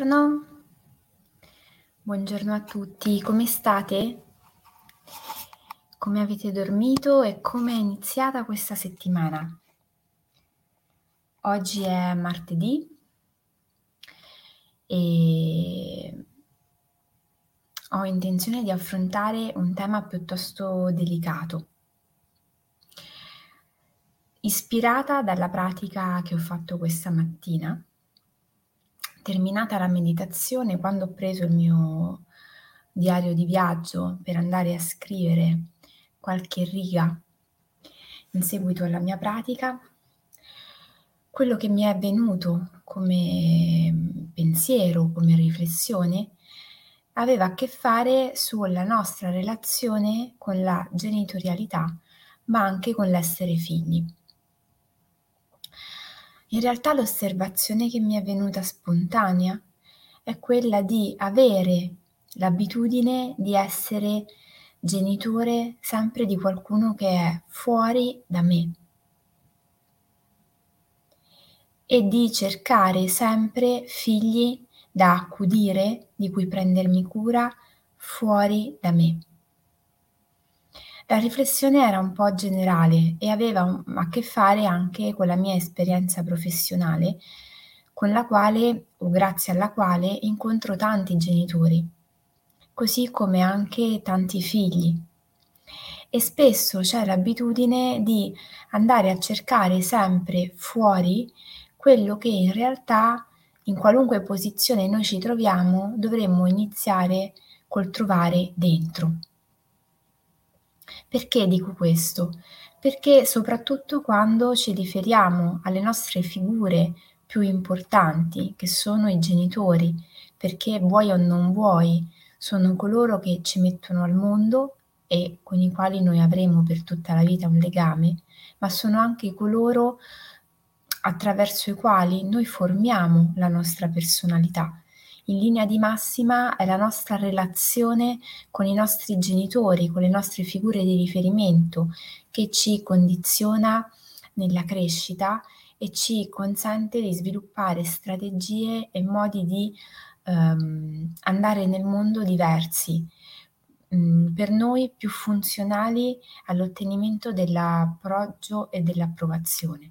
Buongiorno, buongiorno a tutti, come state? Come avete dormito e come è iniziata questa settimana? Oggi è martedì e ho intenzione di affrontare un tema piuttosto delicato. Ispirata dalla pratica che ho fatto questa mattina, terminata la meditazione, quando ho preso il mio diario di viaggio per andare a scrivere qualche riga in seguito alla mia pratica, quello che mi è venuto come pensiero, come riflessione, aveva a che fare sulla nostra relazione con la genitorialità, ma anche con l'essere figli. In realtà l'osservazione che mi è venuta spontanea è quella di avere l'abitudine di essere genitore sempre di qualcuno che è fuori da me e di cercare sempre figli da accudire, di cui prendermi cura fuori da me. La riflessione era un po' generale e aveva a che fare anche con la mia esperienza professionale, con la quale o grazie alla quale incontro tanti genitori, così come anche tanti figli. E spesso c'è l'abitudine di andare a cercare sempre fuori quello che in realtà, in qualunque posizione noi ci troviamo, dovremmo iniziare col trovare dentro. Perché dico questo? Perché soprattutto quando ci riferiamo alle nostre figure più importanti, che sono i genitori, perché vuoi o non vuoi, sono coloro che ci mettono al mondo e con i quali noi avremo per tutta la vita un legame, ma sono anche coloro attraverso i quali noi formiamo la nostra personalità. In linea di massima è la nostra relazione con i nostri genitori, con le nostre figure di riferimento, che ci condiziona nella crescita e ci consente di sviluppare strategie e modi di andare nel mondo diversi, per noi più funzionali all'ottenimento dell'appoggio e dell'approvazione.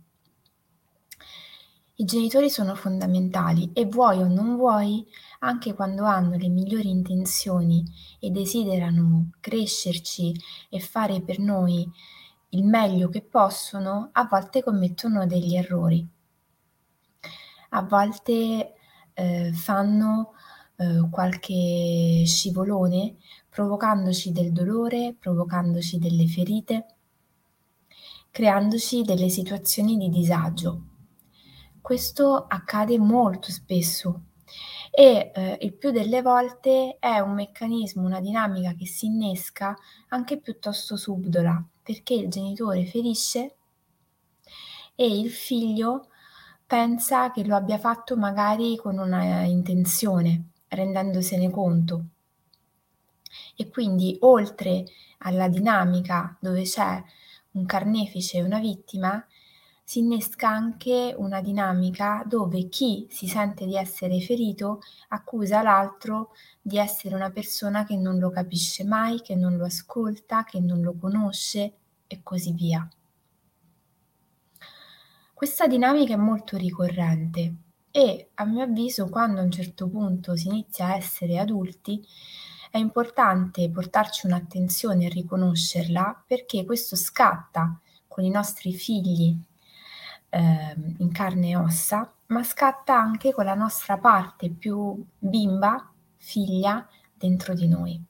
I genitori sono fondamentali e vuoi o non vuoi, anche quando hanno le migliori intenzioni e desiderano crescerci e fare per noi il meglio che possono, a volte commettono degli errori. A volte, fanno, qualche scivolone, provocandoci del dolore, provocandoci delle ferite, creandoci delle situazioni di disagio. Questo accade molto spesso e, il più delle volte è un meccanismo, una dinamica che si innesca anche piuttosto subdola, perché il genitore ferisce e il figlio pensa che lo abbia fatto magari con una intenzione, rendendosene conto. E quindi oltre alla dinamica dove c'è un carnefice e una vittima, si innesca anche una dinamica dove chi si sente di essere ferito accusa l'altro di essere una persona che non lo capisce mai, che non lo ascolta, che non lo conosce e così via. Questa dinamica è molto ricorrente e, a mio avviso, quando a un certo punto si inizia a essere adulti, è importante portarci un'attenzione e riconoscerla perché questo scatta con i nostri figli in carne e ossa, ma scatta anche con la nostra parte più bimba, figlia, dentro di noi.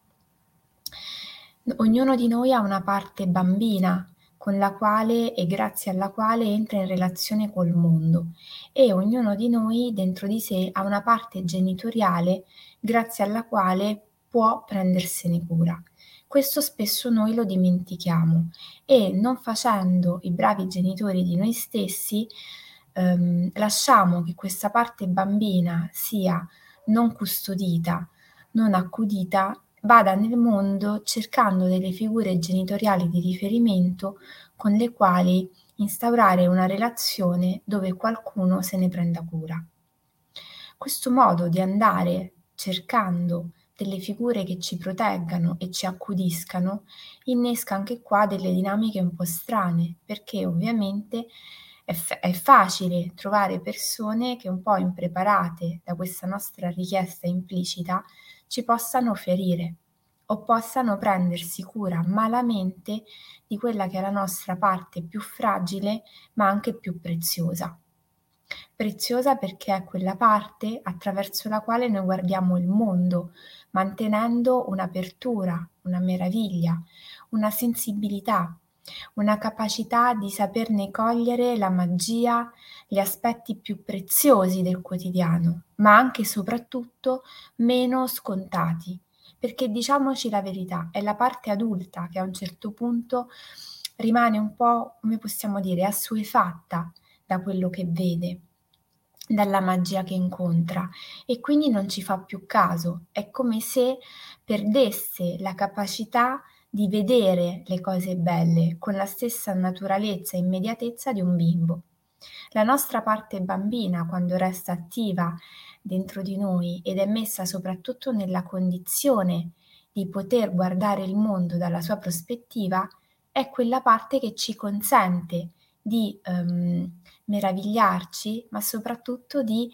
Ognuno di noi ha una parte bambina con la quale e grazie alla quale entra in relazione col mondo e ognuno di noi dentro di sé ha una parte genitoriale grazie alla quale può prendersene cura. Questo spesso noi lo dimentichiamo e non facendo i bravi genitori di noi stessi, lasciamo che questa parte bambina sia non custodita, non accudita, vada nel mondo cercando delle figure genitoriali di riferimento con le quali instaurare una relazione dove qualcuno se ne prenda cura. Questo modo di andare cercando delle figure che ci proteggano e ci accudiscano innesca anche qua delle dinamiche un po' strane, perché ovviamente è facile trovare persone che un po' impreparate da questa nostra richiesta implicita ci possano ferire o possano prendersi cura malamente di quella che è la nostra parte più fragile, ma anche più preziosa. Preziosa perché è quella parte attraverso la quale noi guardiamo il mondo, mantenendo un'apertura, una meraviglia, una sensibilità, una capacità di saperne cogliere la magia, gli aspetti più preziosi del quotidiano, ma anche e soprattutto meno scontati. Perché diciamoci la verità, è la parte adulta che a un certo punto rimane un po', come possiamo dire, assuefatta da quello che vede, dalla magia che incontra e quindi non ci fa più caso. È come se perdesse la capacità di vedere le cose belle con la stessa naturalezza e immediatezza di un bimbo. La nostra parte bambina, quando resta attiva dentro di noi ed è messa soprattutto nella condizione di poter guardare il mondo dalla sua prospettiva, è quella parte che ci consente di meravigliarci, ma soprattutto di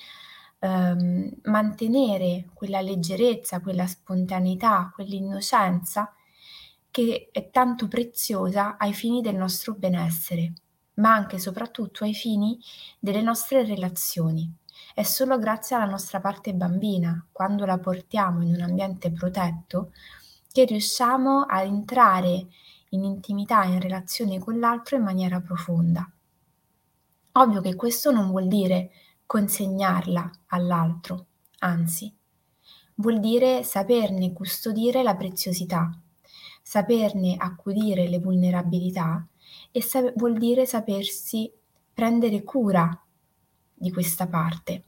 mantenere quella leggerezza, quella spontaneità, quell'innocenza che è tanto preziosa ai fini del nostro benessere, ma anche e soprattutto ai fini delle nostre relazioni. È solo grazie alla nostra parte bambina, quando la portiamo in un ambiente protetto, che riusciamo a entrare in intimità, in relazione con l'altro in maniera profonda. Ovvio che questo non vuol dire consegnarla all'altro, anzi, vuol dire saperne custodire la preziosità, saperne accudire le vulnerabilità e vuol dire sapersi prendere cura di questa parte.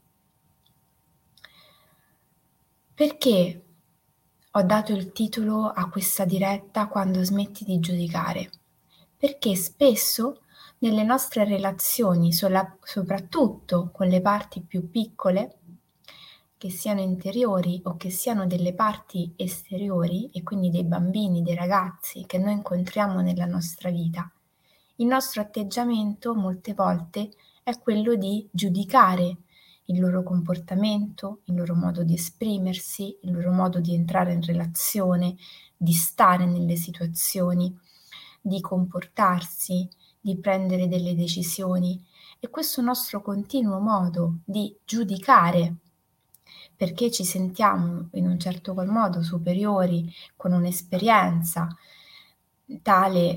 Perché ho dato il titolo a questa diretta "Quando smetti di giudicare"? Perché spesso nelle nostre relazioni, soprattutto con le parti più piccole, che siano interiori o che siano delle parti esteriori, e quindi dei bambini, dei ragazzi che noi incontriamo nella nostra vita, il nostro atteggiamento molte volte è quello di giudicare il loro comportamento, il loro modo di esprimersi, il loro modo di entrare in relazione, di stare nelle situazioni, di comportarsi, di prendere delle decisioni. E questo nostro continuo modo di giudicare, perché ci sentiamo in un certo qual modo superiori, con un'esperienza tale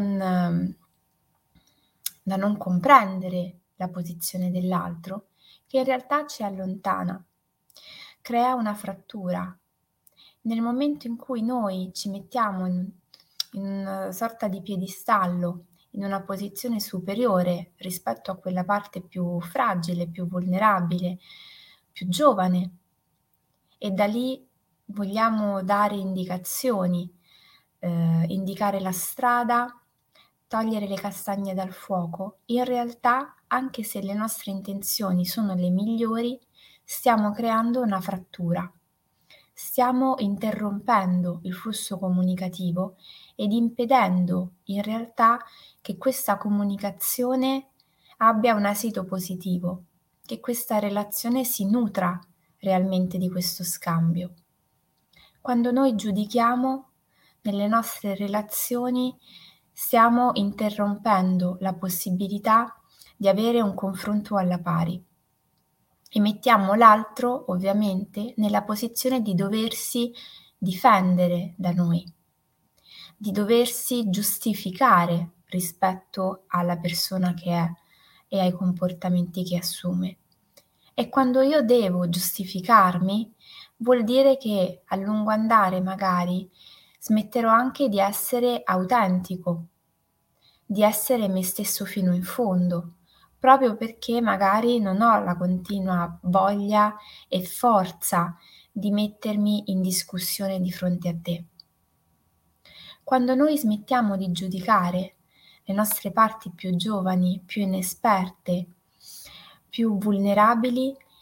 da non comprendere la posizione dell'altro, che in realtà ci allontana, crea una frattura. Nel momento in cui noi ci mettiamo in una sorta di piedistallo, in una posizione superiore rispetto a quella parte più fragile, più vulnerabile, più giovane, e da lì vogliamo dare indicazioni, indicare la strada, togliere le castagne dal fuoco, in realtà, anche se le nostre intenzioni sono le migliori, stiamo creando una frattura. Stiamo interrompendo il flusso comunicativo ed impedendo in realtà che questa comunicazione abbia un esito positivo, che questa relazione si nutra realmente di questo scambio. Quando noi giudichiamo nelle nostre relazioni stiamo interrompendo la possibilità di avere un confronto alla pari e mettiamo l'altro, ovviamente, nella posizione di doversi difendere da noi, di doversi giustificare rispetto alla persona che è e ai comportamenti che assume. E quando io devo giustificarmi, vuol dire che a lungo andare magari smetterò anche di essere autentico, di essere me stesso fino in fondo, proprio perché magari non ho la continua voglia e forza di mettermi in discussione di fronte a te. Quando noi smettiamo di giudicare le nostre parti più giovani, più inesperte, più vulnerabili,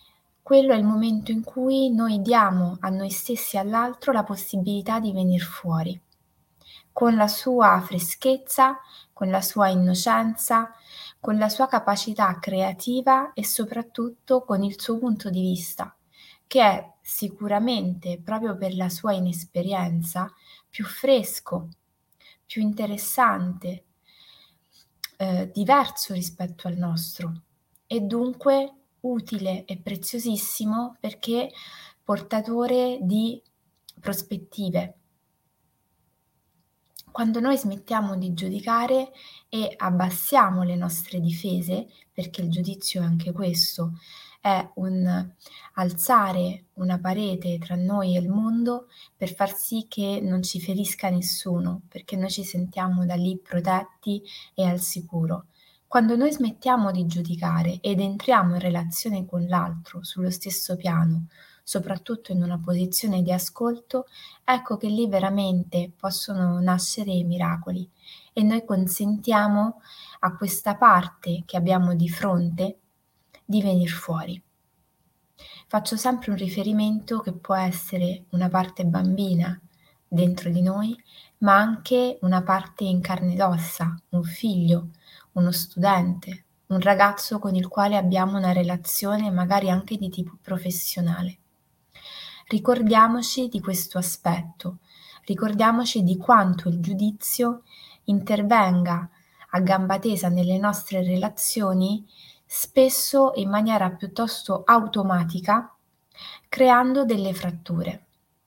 quello è il momento in cui noi diamo a noi stessi e all'altro la possibilità di venir fuori, con la sua freschezza, con la sua innocenza, con la sua capacità creativa e soprattutto con il suo punto di vista, che è sicuramente, proprio per la sua inesperienza, più fresco, più interessante, diverso rispetto al nostro e dunque utile e preziosissimo perché portatore di prospettive. Quando noi smettiamo di giudicare e abbassiamo le nostre difese, perché il giudizio è anche questo, è un alzare una parete tra noi e il mondo per far sì che non ci ferisca nessuno, perché noi ci sentiamo da lì protetti e al sicuro. Quando noi smettiamo di giudicare ed entriamo in relazione con l'altro sullo stesso piano, soprattutto in una posizione di ascolto, ecco che lì veramente possono nascere i miracoli e noi consentiamo a questa parte che abbiamo di fronte di venir fuori. Faccio sempre un riferimento che può essere una parte bambina dentro di noi, ma anche una parte in carne ed ossa, un figlio, uno studente, un ragazzo con il quale abbiamo una relazione magari anche di tipo professionale. Ricordiamoci di questo aspetto, ricordiamoci di quanto il giudizio intervenga a gamba tesa nelle nostre relazioni, spesso in maniera piuttosto automatica, creando delle fratture.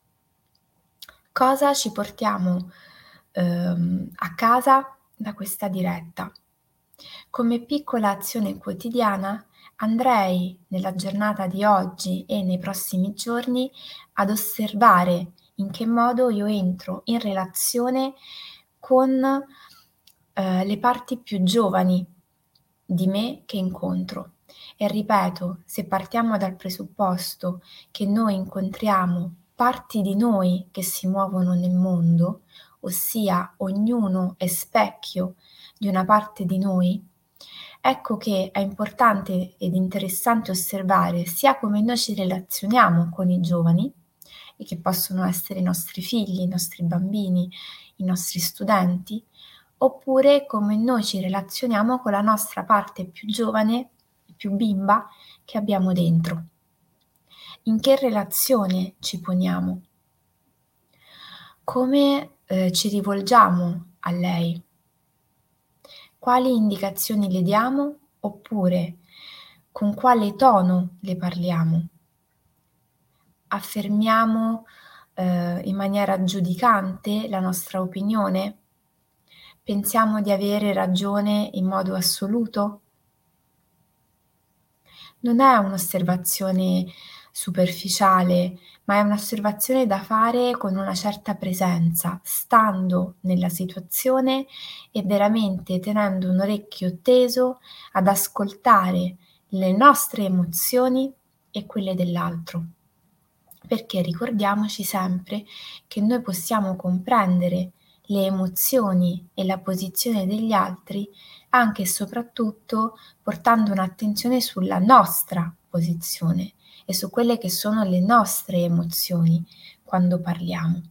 Cosa ci portiamo a casa da questa diretta? Come piccola azione quotidiana andrei nella giornata di oggi e nei prossimi giorni ad osservare in che modo io entro in relazione con le parti più giovani di me che incontro. E ripeto, se partiamo dal presupposto che noi incontriamo parti di noi che si muovono nel mondo, ossia ognuno è specchio di una parte di noi, ecco che è importante ed interessante osservare sia come noi ci relazioniamo con i giovani, e che possono essere i nostri figli, i nostri bambini, i nostri studenti, oppure come noi ci relazioniamo con la nostra parte più giovane, più bimba che abbiamo dentro. In che relazione ci poniamo? Come ci rivolgiamo a lei? Quali indicazioni le diamo oppure con quale tono le parliamo? Affermiamo in maniera giudicante la nostra opinione? Pensiamo di avere ragione in modo assoluto? Non è un'osservazione superficiale, ma è un'osservazione da fare con una certa presenza, stando nella situazione e veramente tenendo un orecchio teso ad ascoltare le nostre emozioni e quelle dell'altro. Perché ricordiamoci sempre che noi possiamo comprendere le emozioni e la posizione degli altri anche e soprattutto portando un'attenzione sulla nostra posizione e su quelle che sono le nostre emozioni quando parliamo.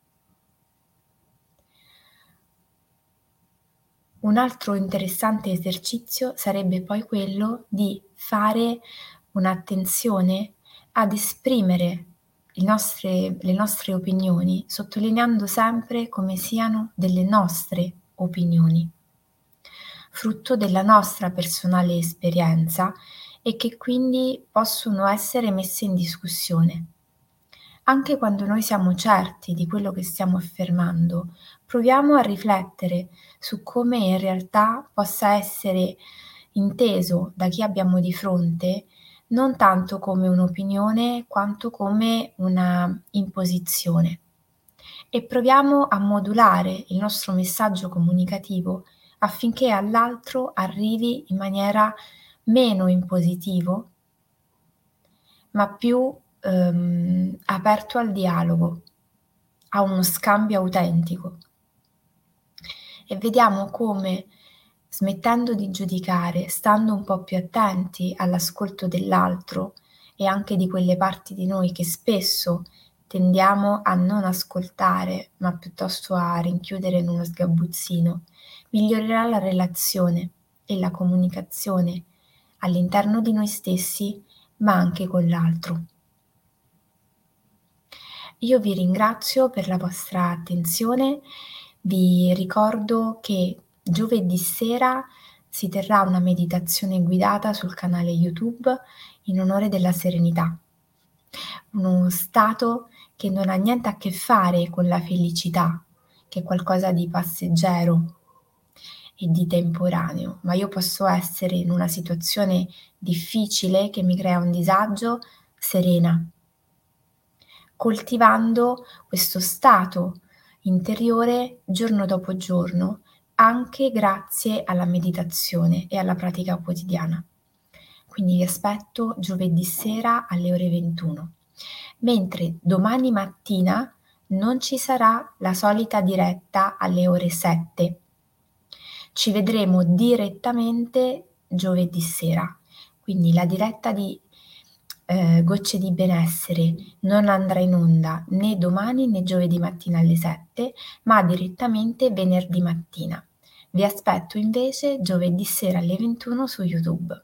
Un altro interessante esercizio sarebbe poi quello di fare un'attenzione ad esprimere le nostre opinioni, sottolineando sempre come siano delle nostre opinioni, frutto della nostra personale esperienza e che quindi possono essere messe in discussione. Anche quando noi siamo certi di quello che stiamo affermando, proviamo a riflettere su come in realtà possa essere inteso da chi abbiamo di fronte non tanto come un'opinione quanto come una imposizione e proviamo a modulare il nostro messaggio comunicativo affinché all'altro arrivi in maniera meno impositivo ma più aperto al dialogo, a uno scambio autentico. E vediamo come, smettendo di giudicare, stando un po' più attenti all'ascolto dell'altro e anche di quelle parti di noi che spesso tendiamo a non ascoltare, ma piuttosto a rinchiudere in uno sgabuzzino, migliorerà la relazione e la comunicazione all'interno di noi stessi, ma anche con l'altro. Io vi ringrazio per la vostra attenzione, vi ricordo che giovedì sera si terrà una meditazione guidata sul canale YouTube in onore della serenità, uno stato che non ha niente a che fare con la felicità, che è qualcosa di passeggero e di temporaneo, ma io posso essere in una situazione difficile che mi crea un disagio, serena, coltivando questo stato interiore giorno dopo giorno, anche grazie alla meditazione e alla pratica quotidiana. Quindi vi aspetto giovedì sera alle ore 21, mentre domani mattina non ci sarà la solita diretta alle ore 7. Ci vedremo direttamente giovedì sera, quindi la diretta di Gocce di benessere non andrà in onda né domani né giovedì mattina alle 7, ma direttamente venerdì mattina. Vi aspetto invece giovedì sera alle 21 su YouTube.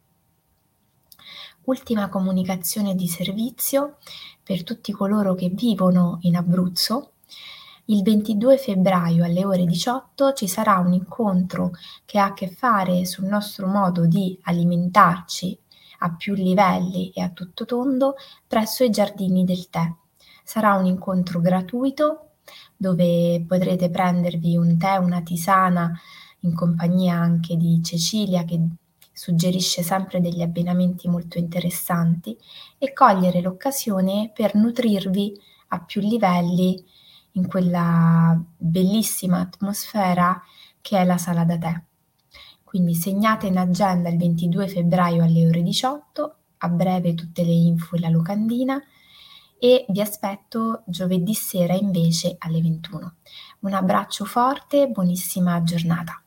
Ultima comunicazione di servizio per tutti coloro che vivono in Abruzzo. Il 22 febbraio alle ore 18 ci sarà un incontro che ha a che fare sul nostro modo di alimentarci a più livelli e a tutto tondo presso i Giardini del Tè. Sarà un incontro gratuito dove potrete prendervi un tè, una tisana in compagnia anche di Cecilia che suggerisce sempre degli abbinamenti molto interessanti e cogliere l'occasione per nutrirvi a più livelli in quella bellissima atmosfera che è la sala da tè. Quindi segnate in agenda il 22 febbraio alle ore 18, a breve tutte le info e la locandina, e vi aspetto giovedì sera invece alle 21. Un abbraccio forte, buonissima giornata.